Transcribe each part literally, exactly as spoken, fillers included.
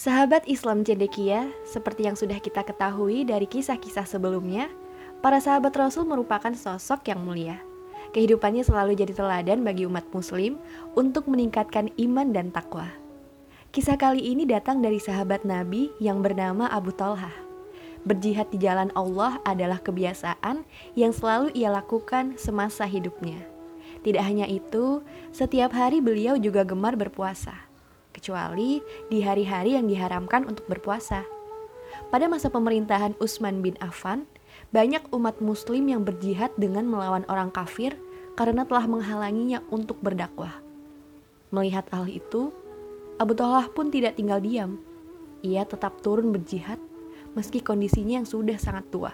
Sahabat Islam cendekia, seperti yang sudah kita ketahui dari kisah-kisah sebelumnya, para sahabat Rasul merupakan sosok yang mulia. Kehidupannya selalu jadi teladan bagi umat muslim untuk meningkatkan iman dan takwa. Kisah kali ini datang dari sahabat Nabi yang bernama Abu Thalhah. Berjihad di jalan Allah adalah kebiasaan yang selalu ia lakukan semasa hidupnya. Tidak hanya itu, setiap hari beliau juga gemar berpuasa, kecuali di hari-hari yang diharamkan untuk berpuasa. Pada masa pemerintahan Utsman bin Affan, banyak umat muslim yang berjihad dengan melawan orang kafir karena telah menghalanginya untuk berdakwah. Melihat hal itu, Abu Thalhah pun tidak tinggal diam. Ia tetap turun berjihad meski kondisinya yang sudah sangat tua.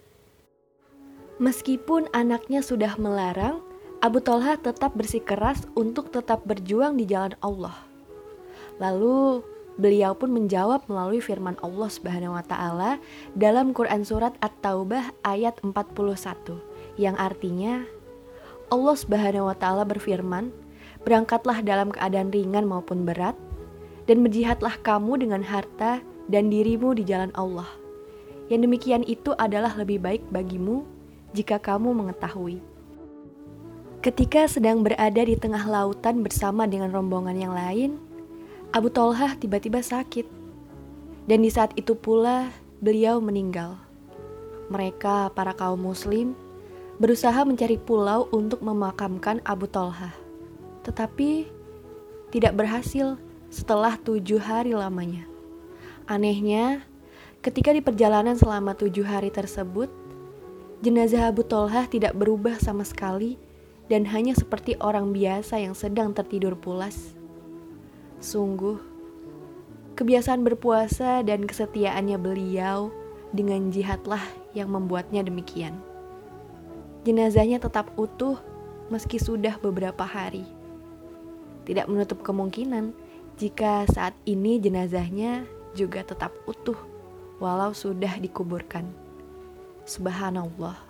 Meskipun anaknya sudah melarang, Abu Thalhah tetap bersikeras untuk tetap berjuang di jalan Allah. Lalu beliau pun menjawab melalui firman Allah Subhanahu wa taala dalam Quran surat At-Taubah ayat empat puluh satu yang artinya Allah Subhanahu wa taala berfirman, "Berangkatlah dalam keadaan ringan maupun berat dan berjihadlah kamu dengan harta dan dirimu di jalan Allah. Yang demikian itu adalah lebih baik bagimu jika kamu mengetahui." Ketika sedang berada di tengah lautan bersama dengan rombongan yang lain, Abu Thalhah tiba-tiba sakit, dan di saat itu pula beliau meninggal. Mereka, para kaum muslim, berusaha mencari pulau untuk memakamkan Abu Thalhah, tetapi tidak berhasil setelah tujuh hari lamanya. Anehnya, ketika di perjalanan selama tujuh hari tersebut, jenazah Abu Thalhah tidak berubah sama sekali dan hanya seperti orang biasa yang sedang tertidur pulas. Sungguh, kebiasaan berpuasa dan kesetiaannya beliau dengan jihadlah yang membuatnya demikian. Jenazahnya tetap utuh meski sudah beberapa hari. Tidak menutup kemungkinan jika saat ini jenazahnya juga tetap utuh walau sudah dikuburkan. Subhanallah.